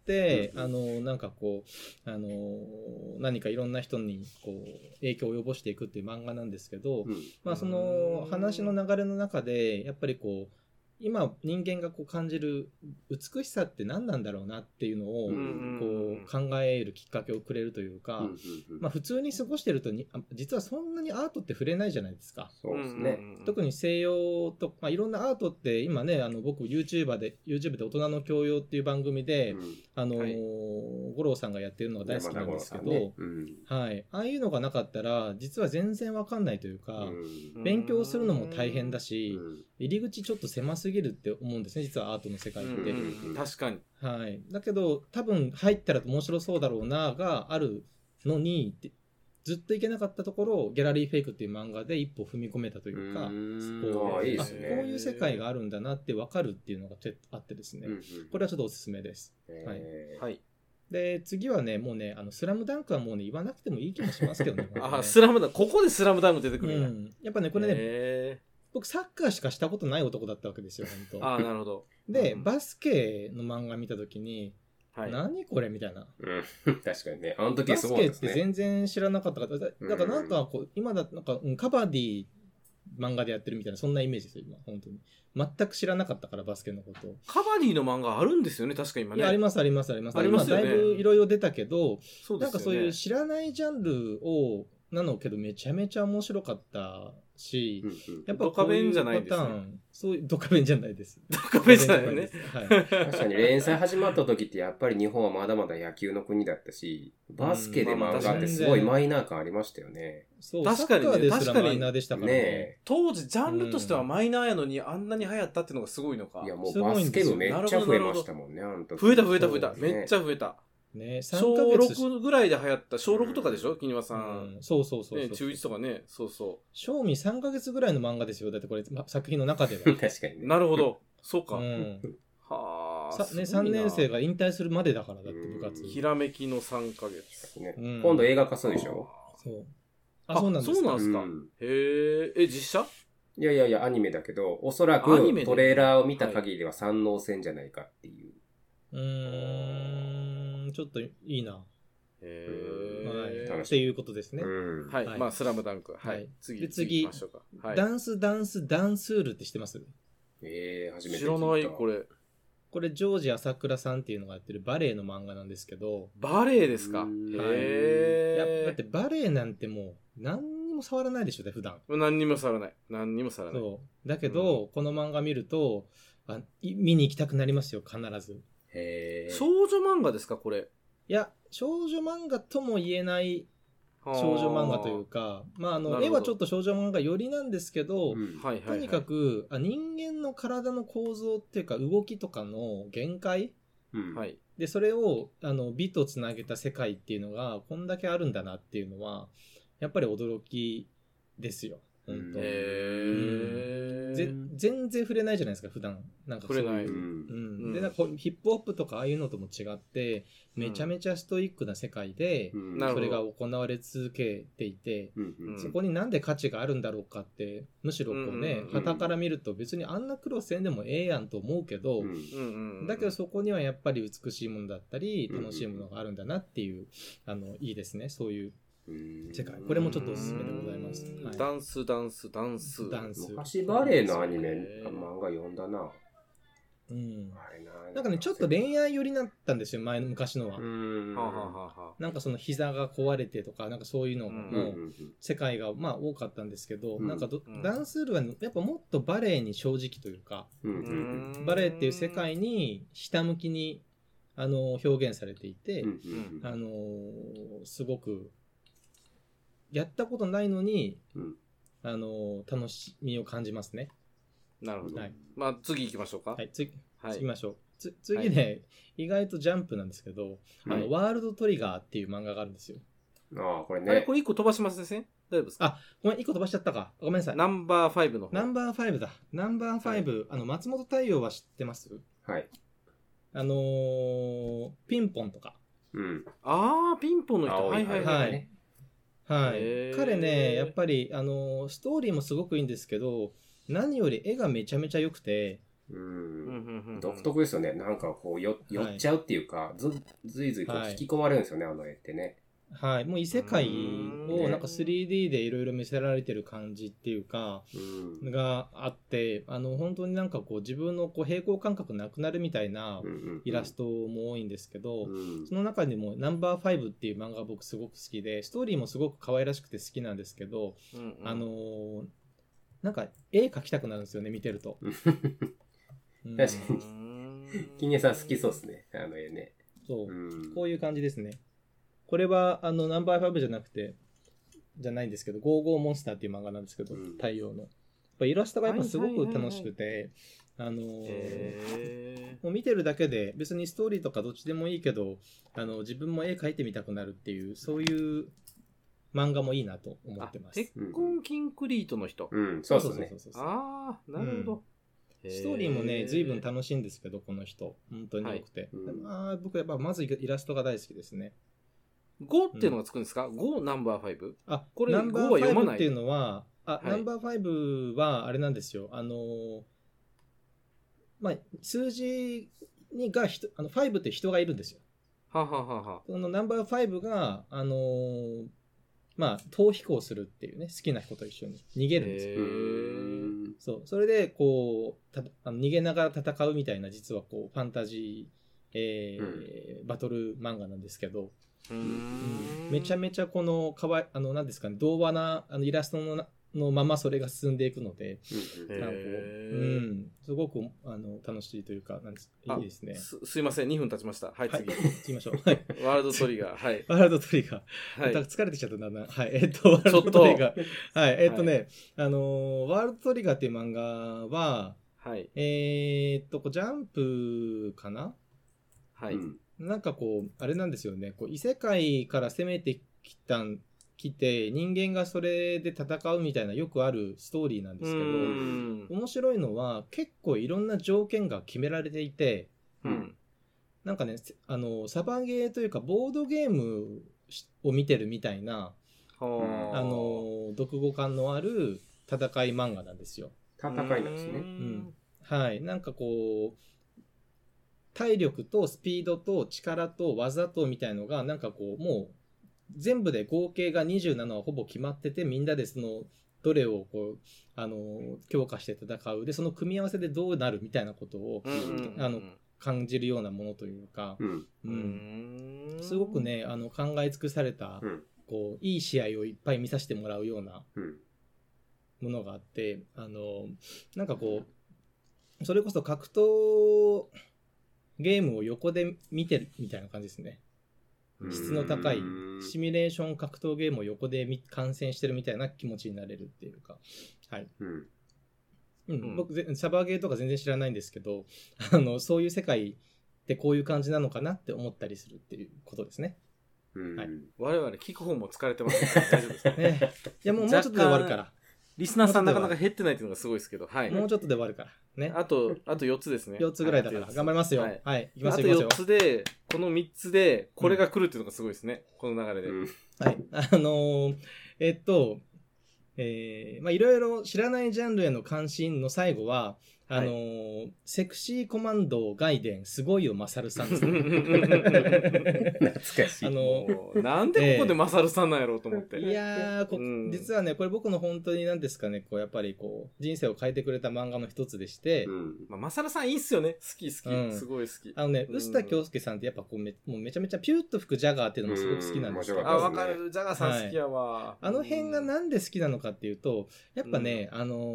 なんかこう、何かいろんな人にこう影響を及ぼしていくっていう漫画なんですけど、その話の流れの中で、やっぱりこう、今人間がこう感じる美しさって何なんだろうなっていうのをこう考えるきっかけをくれるというか、普通に過ごしてると実はそんなにアートって触れないじゃないですか。 そうですね。 特に西洋と、いろんなアートって今ね、僕 YouTube で大人の教養っていう番組で、五郎さんがやってるのが大好きなんですけど、はい。ああいうのがなかったら実は全然わかんないというか、勉強するのも大変だし、入り口ちょっと狭すぎるって思うんですね、実はアートの世界って。 確かに。 はい。だけど、多分入ったら面白そうだろうながあるのに、ずっといけなかったところをギャラリーフェイクっていう漫画で一歩踏み込めたというか、こういう世界があるんだなって分かるっていうのがあってですね、これはちょっとおすすめです。はい。で、次はね、もうね、スラムダンクはもうね、言わなくてもいい気もしますけどね。 スラムダンク、ここでスラムダンク出てくるやっぱね、これね、僕サッカーしかしたことない男だったわけですよ、本当。 なるほだで、バスケの漫画見たときに、何これみたいな。 確かにね。あの時そうですね。 バスケって全然知らなかったから、だからなんかこう、今だなんか、カバディ漫画でやってるみたいな、そんなイメージですよ、今、本当に。全く知らなかったから、バスケのこと。 カバディの漫画あるんですよね、確か今ね。 いや、あります。今、だいぶいろいろ出たけど、なんかそういう知らないジャンルなのけど、めちゃめちゃ面白かったし、やっぱこういうパターン、そういうドカベンじゃないです。 ドカベンじゃないよね。 確かに連載始まった時ってやっぱり日本はまだまだ野球の国だったし、バスケで漫画ってすごいマイナー感ありましたよね。 確かにね、確かにマイナーでしたからね。 当時ジャンルとしてはマイナーやのにあんなに流行ったっていうのがすごいのか。 いやもうバスケ部めっちゃ増えましたもんね、あの時。 増えた。めっちゃ増えた。 ね、 小 3ヶ月。 6ぐらいで流行った、小6とかでしょ木庭さん。 そうそうそうそう。 ね、中1とかね、そうそ賞味3ヶ月ぐらいの漫画ですよ。だってこれ、作品の中では。 確かにう。 ね。 なるほど。そうか。 うんはあ。 ね、 すごいな 3年生が引退するまでだから、だって部活。 ひらめきの3ヶ月。 ねうん今度映画化するでしょ。 そう。 そうなんですか。 うんへえ。実写いやいやいや、アニメだけど、おそらくアニメでトレーラーを見た限りでは三能戦じゃないかっていう。 ちょっといいな。 へえ。 はい。っていうことですね。 はい。 はいまあ、スラムダンク。はい。 で次行きましょうか。はい。 ダンスダンスダンスールって知ってます？ 初めて聞いた。 知らない、これ。 これ、ジョージ朝倉さんっていうのがやってるバレエの漫画なんですけど。 バレエですか？へえ。 だってバレエなんてもう何にも触らないでしょね、普段。 何にも触らない。何にも触らない。 そう。だけど、この漫画見ると見に行きたくなりますよ、必ず。 へー。 少女漫画ですか、これ。 いや、少女漫画とも言えない少女漫画というか、まあ、絵はちょっと少女漫画寄りなんですけど、とにかく人間の体の構造っていうか動きとかの限界、でそれを美とつなげた世界っていうのがこんだけあるんだなっていうのはやっぱり驚きですよ。本当。全然触れないじゃないですか、普段。なんか触れない。 で、なんかヒップホップとかああいうのとも違って、めちゃめちゃストイックな世界で、それが行われ続けていて、そこになんで価値があるんだろうかって、むしろこうね、傍から見ると別にあんな苦労せんでもええやんと思うけど、だけどそこにはやっぱり美しいものだったり、楽しいものがあるんだなっていう、いいですね、そういう。世界。これもちょっとおすすめでございます。 ダンス。 昔バレエのアニメ、漫画読んだな。 なんかね、ちょっと恋愛寄りになったんですよ、昔のは。なんかその膝が壊れてとか、なんかそういうのの世界がまあ多かったんですけど、なんかダンスールはやっぱもっとバレエに正直というか、バレエっていう世界にひたむきに表現されていて、すごくやったことないのに、楽しみを感じますね。 なるほど。まあ、次行きましょうか。 はい、次行きましょう。次ね、意外とジャンプなんですけど、ワールドトリガーっていう漫画があるんですよ。 これね。 これ1個飛ばしますね。大丈夫ですか？ ごめん、1個飛ばしちゃったか。ごめんなさい。 ナンバー5の方。 ナンバー5だ。ナンバー5、松本太陽は知ってます？ はい。 ピンポンとか。 ピンポンの人。 はい。彼ね、やっぱり、ストーリーもすごくいいんですけど、何より絵がめちゃめちゃ良くて、 独特ですよね。なんかこう寄っちゃうっていうか、ずいずいこう引き込まれるんですよね、あの絵ってね。 はい。もう異世界をなんか 3D でいろいろ見せられてる感じっていうか、があって、本当になんかこう自分のこう平行感覚なくなるみたいなイラストも多いんですけど、その中でもナンバー5っていう漫画が僕すごく好きで、ストーリーもすごく可愛らしくて好きなんですけど、なんか絵描きたくなるんですよね、見てると。 確かに。金谷さん好きそうですね、あの絵ね。 そう。こういう感じですね。これは、ナンバー5じゃないんですけど、ゴーゴーモンスターっていう漫画なんですけど、太陽の。やっぱイラストがやっぱすごく楽しくて、もう見てるだけで、別にストーリーとかどっちでもいいけど、自分も絵描いてみたくなるっていう、そういう漫画もいいなと思ってます。 鉄痕キンクリートの人。 そうですね。 なるほど。 ストーリーもね、随分楽しいんですけど、この人。本当に良くて。僕やっぱまずイラストが大好きですね。 5っていうのがつくんですか？ 5 ナンバー 5？ これ5は読まない。っていうのは、ナンバー5はあれなんですよ。数字が5って人がいるんですよ。そのナンバー5が、逃避行するっていうね、好きな人と一緒に逃げるんですよ。そう。それで、こう、逃げながら戦うみたいな、実はこう、ファンタジー、バトル漫画なんですけど、めちゃめちゃこの何ですかね、童話なイラストのままそれが進んでいくので、すごく楽しいというか、いいですね。 すいません、2分経ちました。はい、次。 行きましょう。はい。 ワールドトリガー。はい。 ワールドトリガー。はい。疲れてきちゃったんだな。はい。ワールドトリガー。はい。ワールドトリガーっていう漫画は、ジャンプかな？ はい。 なんかこう、あれなんですよね。こう異世界から攻めてきて、人間がそれで戦うみたいなよくあるストーリーなんですけど、面白いのは結構いろんな条件が決められていて、なんかね、サバゲーというかボードゲームを見てるみたいな、読後感のある戦い漫画なんですよ。 戦いなんですね。 はい。なんかこう、体力とスピードと力と技とみたいのが、なんかこう、もう、全部で合計が27はほぼ決まってて、みんなでその、どれをこう、強化して戦う。で、その組み合わせでどうなるみたいなことを、感じるようなものというか、すごくね、考え尽くされた、こう、いい試合をいっぱい見させてもらうようなものがあって、なんかこう、それこそ格闘ゲームを横で見てるみたいな感じですね。質の高いシミュレーション格闘ゲームを横で観戦してるみたいな気持ちになれるっていうか、はい。僕、サバゲーとか全然知らないんですけど、そういう世界ってこういう感じなのかなって思ったりするっていうことですね。 はい。我々聞く方も疲れてますから大丈夫ですかね。 いや、もうちょっとで終わるから。 リスナーさんなかなか減ってないっていうのがすごいですけど、はい。 もうちょっとで終わるから。ね。 あと4つですね。 4つぐらいだから、頑張りますよ。はい。 いきますよ。あと4つで、この3つで、これが来るっていうのがすごいですね。この流れで。 はい。まあ、いろいろ知らないジャンルへの関心の最後は、セクシーコマンドガイデンすごいよマサルさんですね。 懐かしい。 なんでここでマサルさんなんやろうと思って。 いやー、実はね、これ僕の本当に何ですかね、こうやっぱりこう人生を変えてくれた漫画の一つでして、 マサルさんいいっすよね。好き、すごい好き。 臼田恭介さんってやっぱこうもうめちゃめちゃピューッと吹くジャガーっていうのもすごく好きなんですよ。 わかる。ジャガーさん好きやわ。 あの辺がなんで好きなのかっていうと、やっぱね、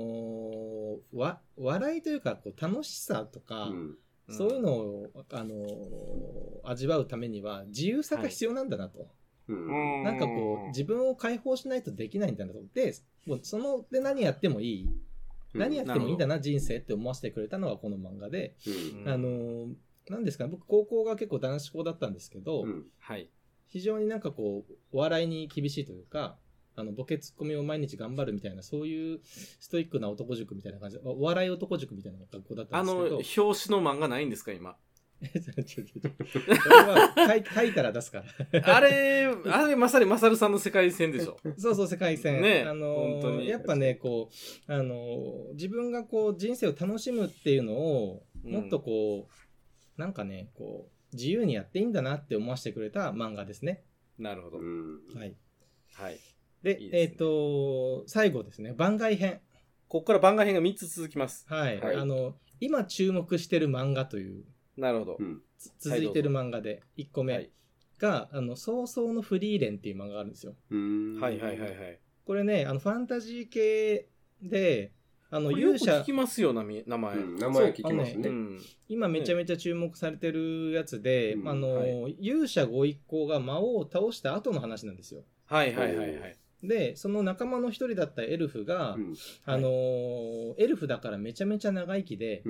笑いというかこう楽しさとか、そういうのを、味わうためには自由さが必要なんだなと。なんかこう自分を解放しないとできないんだなと。で、で何やってもいい。何やってもいいんだな人生って思わせてくれたのがこの漫画で、なんですかね、僕高校が結構男子校だったんですけど、非常になんかこうお笑いに厳しいというか、ボケツッコミを毎日頑張るみたいな、そういうストイックな男塾みたいな感じで、お笑い男塾みたいな学校だったんですけど。 表紙の漫画ないんですか、今。 それは書いたら出すから。 あれまさにマサルさんの世界線でしょ。 そうそう、世界線。 ね、本当に。 やっぱね、こう、自分がこう、人生を楽しむっていうのを、もっとこう、なんかね、こう、自由にやっていいんだなって思わせてくれた漫画ですね。 なるほど。 はい。 はい。 で、最後ですね、番外編。 ここから番外編が3つ続きます。 はい。今注目してる漫画という。 なるほど。 続いてる漫画で、1個目が、早々のフリーレンっていう漫画があるんですよ。 はいはいはいはい。 これね、ファンタジー系で、 勇者。よく聞きますよ、名前。 名前聞きますね。 今めちゃめちゃ注目されてるやつで、勇者ご一行が魔王を倒した後の話なんですよ。 はいはいはいはい。 で、その仲間の一人だったエルフが、エルフだからめちゃめちゃ長生きで、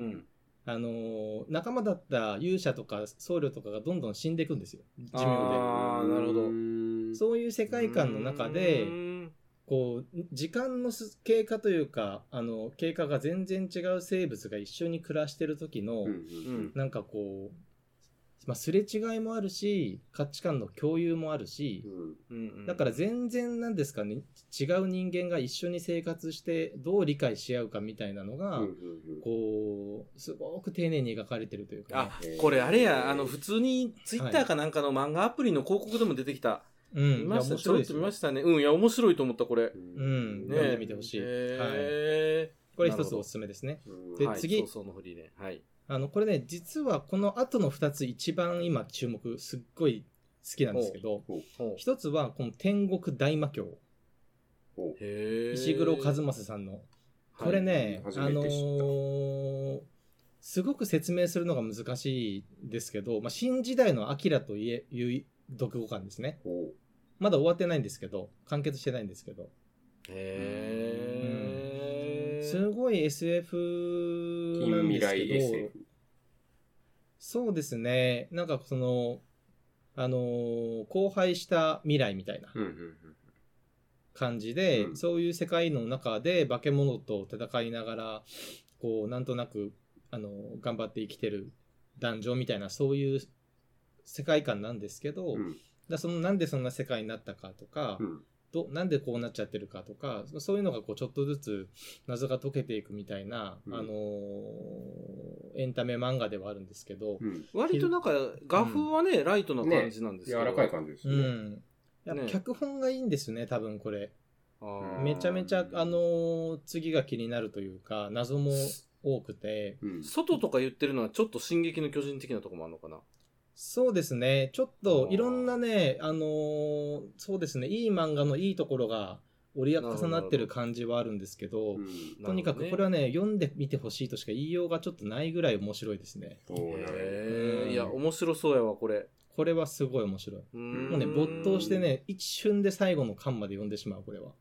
仲間だった勇者とか僧侶とかがどんどん死んでいくんですよ。寿命で。 ああ、なるほど。 そういう世界観の中で、こう、時間の経過というか、経過が全然違う生物が一緒に暮らしてる時の、なんかこう、すれ違いもあるし、価値観の共有もあるし、だから全然なんですかね、違う人間が一緒に生活してどう理解し合うかみたいなのが、こう、すごく丁寧に描かれてるというか、 ね。これあれや、普通にツイッターかなんかの漫画アプリの広告でも出てきた。見ました。ちょっと見ましたね。いや、面白いと思った、これ。 読んでみてほしい。これ一つおすすめですね。で、次。 早々のフリーレン。はい。 これね、実はこの後の2つ一番今注目、すっごい好きなんですけど、一つはこの天国大魔教。石黒一正さんの。これね、すごく説明するのが難しいですけど、新時代のアキラという読後感ですね。まだ終わってないんですけど、完結してないんですけど。すごい SF なんですけど、 そうですね。なんか荒廃した未来みたいな感じで、 うんそういう世界の中で化け物と戦いながら、こう、なんとなく、頑張って生きてる男女みたいな、そういう世界観なんですけど、なんでそんな世界になったかとか、なんでこうなっちゃってるかとか、そういうのがこうちょっとずつ謎が解けていくみたいな、エンタメ漫画ではあるんですけど、 割となんか画風はね、ライトな感じなんですけど、 柔らかい感じですね。 やっぱ脚本がいいんですね、多分これ。 あめちゃめちゃ次が気になるというか、謎も多くて、 外とか言ってるのはちょっと進撃の巨人的なところもあるのかな。 そうですね。ちょっといろんなね、そうですね、いい漫画のいいところが折り重なってる感じはあるんですけど、とにかくこれはね、読んでみてほしいとしか言いようがちょっとないぐらい面白いですね。 いや、面白そうやわ、これ。 これはすごい面白い。もうね、没頭してね、一瞬で最後の巻まで読んでしまう、これは。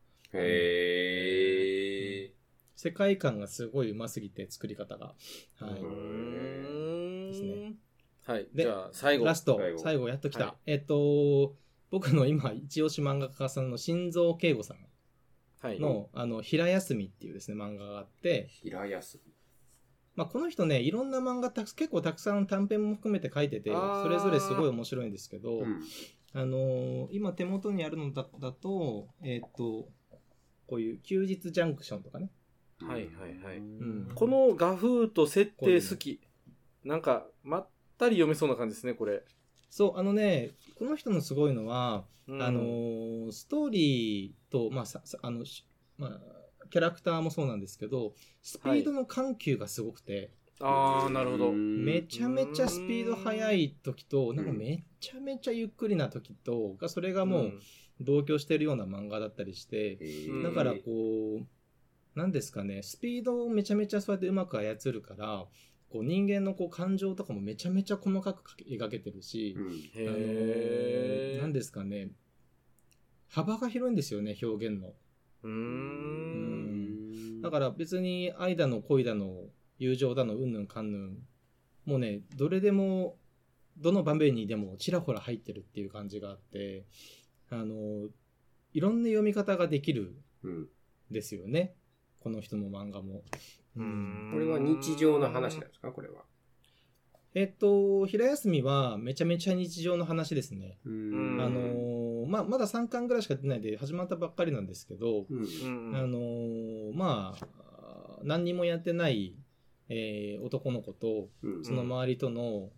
へー。 世界観がすごいうますぎて、作り方が。はい。ですね。 はい。じゃあ、最後。 ラスト。最後やっときた。僕の今、一押し漫画家さんの新蔵慶吾さんの、平休みっていうですね、漫画があって、 平休み。 まあ、この人ね、いろんな漫画結構たくさん短編も含めて書いてて、それぞれすごい面白いんですけど、今手元にあるのだと、こういう休日ジャンクションとかね。 はいはいはい。この画風と設定好き。なんか、まったり読めそうな感じですね、これ。 そう、この人のすごいのは、ストーリーと、キャラクターもそうなんですけど、スピードの緩急がすごくて、 ああ、なるほど。 めちゃめちゃスピード速い時と、なんかめちゃめちゃゆっくりな時と、それがもう同居してるような漫画だったりして、だからこう、なんですかね、スピードをめちゃめちゃそうやってうまく操るから、こう人間のこう感情とかもめちゃめちゃ細かく描けてるし、なんですかね、幅が広いんですよね、表現の。だから別に愛だの恋だの友情だのうんぬんかんぬん、もうね、どれでも、どの場面にでもちらほら入ってるっていう感じがあって、いろんな読み方ができるんですよね。この人の漫画も。 これは日常の話なんですか、これは。 平休みはめちゃめちゃ日常の話ですね。まだ3巻ぐらいしか出ないで始まったばっかりなんですけど、何にもやってない、男の子と、その周りとの、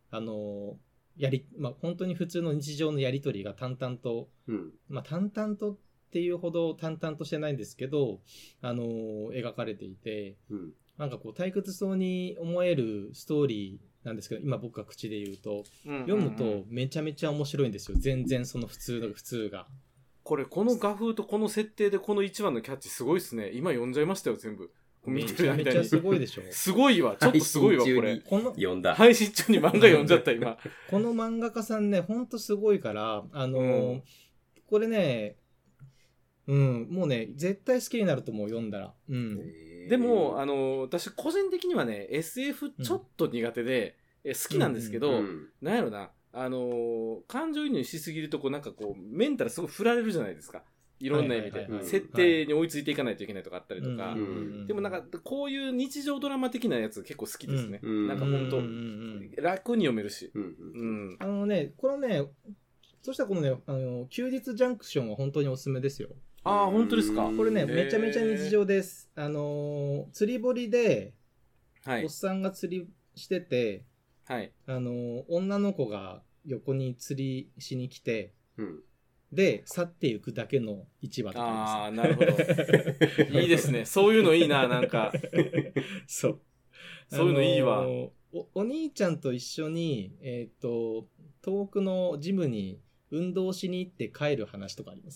本当に普通の日常のやりとりが淡々と、淡々とっていうほど淡々としてないんですけど、描かれていて、なんかこう退屈そうに思えるストーリーなんですけど、今僕が口で言うと、読むとめちゃめちゃ面白いんですよ。全然その普通が。 この画風とこの設定でこの1話のキャッチすごいっすね。今読んじゃいましたよ、全部。 めちゃめちゃすごいでしょ。 すごいわ。ちょっとすごいわ、これ。 読んだ。 配信中に漫画読んじゃった、今。 この漫画家さんね、ほんとすごいから、これね、もうね、絶対好きになると思う、読んだら。 でも、私個人的にはね、SF ちょっと苦手で、好きなんですけど、なんやろな、感情移入しすぎると、なんかこう、メンタルすごい振られるじゃないですか。いろんな意味で。設定に追いついていかないといけないとかあったりとか。でもなんか、こういう日常ドラマ的なやつ結構好きですね。なんかほんと、楽に読めるし。このね、そしたらこのね、休日ジャンクションは本当におすすめですよ。 ああ、本当ですか。 これね、めちゃめちゃ日常です。釣り堀で、おっさんが釣りしてて、女の子が横に釣りしに来て、で、去っていくだけの市場とかです。 ああ、なるほど。いいですね。そういうのいいな、なんか。 そう。 そういうのいいわ。 お兄ちゃんと一緒に、遠くのジムに運動しに行って帰る話とかあります。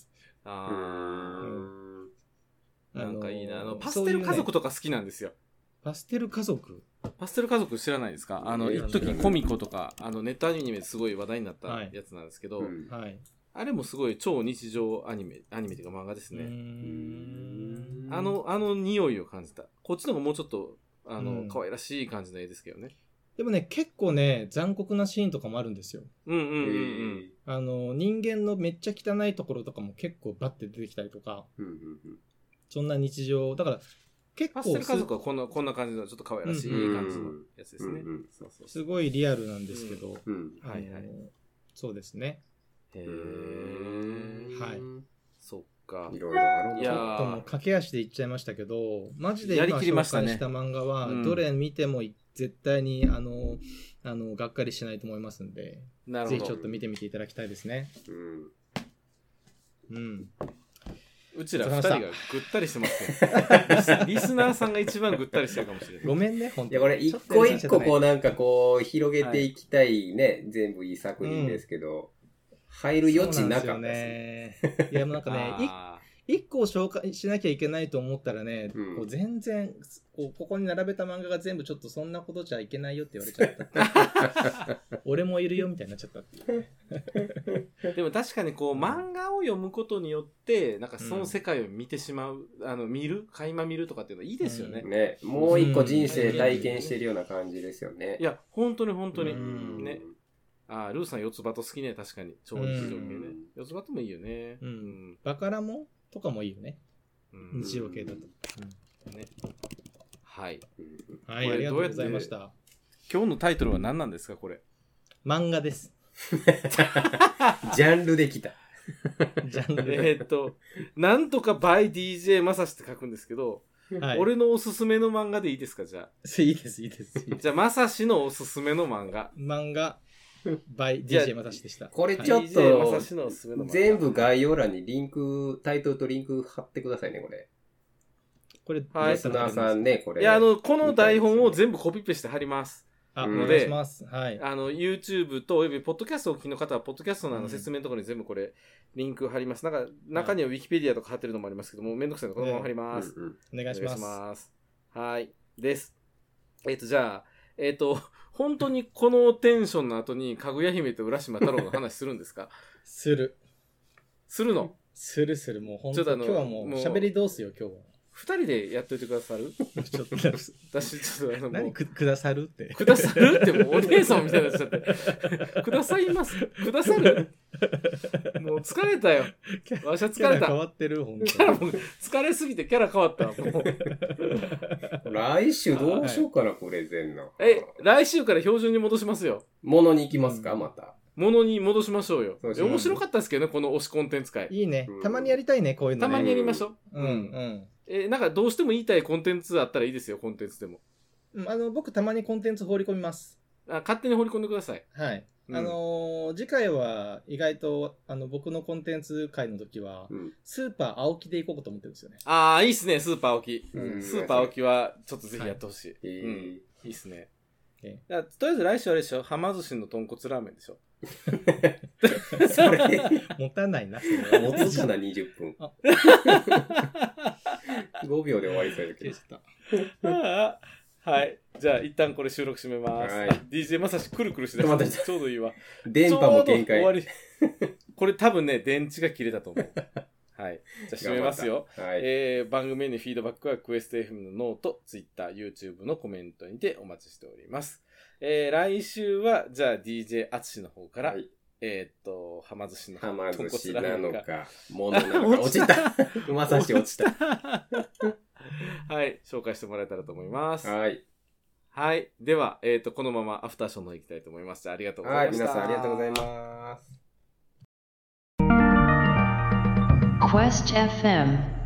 なんかいいな。パステル家族とか好きなんですよ。 パステル家族知らないですか？一時コミコとか、ネットアニメですごい話題になったやつなんですけど、あれもすごい超日常アニメというか漫画ですね。匂いを感じた。こっちの方がもうちょっと、可愛らしい感じの絵ですけどね。 でもね、結構ね、残酷なシーンとかもあるんですよ。 うんうんうんうん。 人間のめっちゃ汚いところとかも結構バッて出てきたりとか、そんな日常、だから結構パステル家族はこんな感じのちょっと可愛らしい感じのやつですね。 すごいリアルなんですけど、 はいはい。 そうですね。 へー。 はい。 そっか。 いろいろあるんだ。 ちょっともう駆け足で言っちゃいましたけど、マジでやり今きりましたね紹介した漫画は、どれ見ても絶対にがっかりしないと思いますんで、ぜひちょっと見てみていただきたいですね。 うちら2人がぐったりしてますね。リスナーさんが一番ぐったりしてるかもしれない。 ごめんね、本当に。 いや、これ一個一個こうなんかこう広げていきたいね、全部いい作品ですけど、入る余地なかったですね。 いや、もうなんかね、一個を紹介しなきゃいけないと思ったらね、こう全然ここに並べた漫画が全部ちょっとそんなことじゃいけないよって言われちゃった。俺もいるよみたいになっちゃったっていうね。 でも確かにこう漫画を読むことによってなんかその世界を見てしまう、垣間見るとかっていうのはいいですよね。 ね、もう一個人生体験してるような感じですよね。 いや本当に本当にね。ルーさん四つ葉と好きね、確かに。超日常系ね。四つ葉ともいいよね。 バカラモとかもいいよね。日常系だと。 ね。はい。 はい、ありがとうございました。 今日のタイトルは何なんですか、これ。 漫画です。 ジャンルできた。 ジャンル。 なんとか by DJ まさしって書くんですけど、俺のおすすめの漫画でいいですか、じゃあ。 いいです、いいです。 じゃあ、まさしのおすすめの漫画。 by DJ まさしでした。 これちょっと、全部概要欄にタイトルとリンク貼ってくださいね、これ。リスナーさんね、これ。 いや、この台本を全部コピペして貼ります。 ので、はい、 YouTube とおよびポッドキャストをお聞きの方は、ポッドキャストの説明のところに全部これ、リンク貼ります。なんか、中には Wikipedia とか貼ってるのもありますけども、めんどくさいのでこのまま貼ります。 お願いします。 はい。です。じゃあ、本当にこのテンションの後に、かぐや姫と浦島太郎の話するんですか？ するの？ する。もう本当に今日はもう喋りどうすよ、今日は。 二人でやっといてくださる？ ちょっと私ちょっと何くださるって。 くださるってもうお姉さんみたいになっちゃって。くださいます。くださる？もう疲れたよ。わしは疲れた。 キャラ変わってる、本当に。 キャラも疲れすぎてキャラ変わった。もう来週どうしようかな、これ全の。 来週から標準に戻しますよ。 ものに行きますか、また。 ものに戻しましょうよ。面白かったですけどね、この推しコンテンツ会。 いいね。たまにやりたいね、こういうの。 たまにやりましょう。なんかどうしても言いたいコンテンツあったらいいですよ、コンテンツでも。 僕たまにコンテンツ放り込みます。 勝手に放り込んでください。 はい。次回は意外と僕のコンテンツ会の時は、スーパー青木で行こうと思ってるんですよね。 いいっすね、スーパー青木。スーパー青木はちょっとぜひやってほしい。いいっすね。とりあえず来週あれでしょ、はま寿司の豚骨ラーメンでしょ。 それ持たないな。 持つかな、20分。5秒で終わりそうだけど。 はい。じゃあ、一旦これ収録締めます。DJ まさしくるくるしだし、ちょうどいいわ。 電波も限界。 これ多分ね、電池が切れたと思う。はい。じゃあ、締めますよ。番組へのフィードバックは、クエスト FM のノート、Twitter、YouTube のコメントにてお待ちしております。来週は、じゃあ、DJ あつしの方から、はま寿司のはま寿司なのか、ものなのか、落ちた。まさし落ちた。 はい、紹介してもらえたらと思います。 はい。 はい。では、このままアフターショーの方行きたいと思います。ありがとうございました。 はい、皆さんありがとうございます。 Quest FM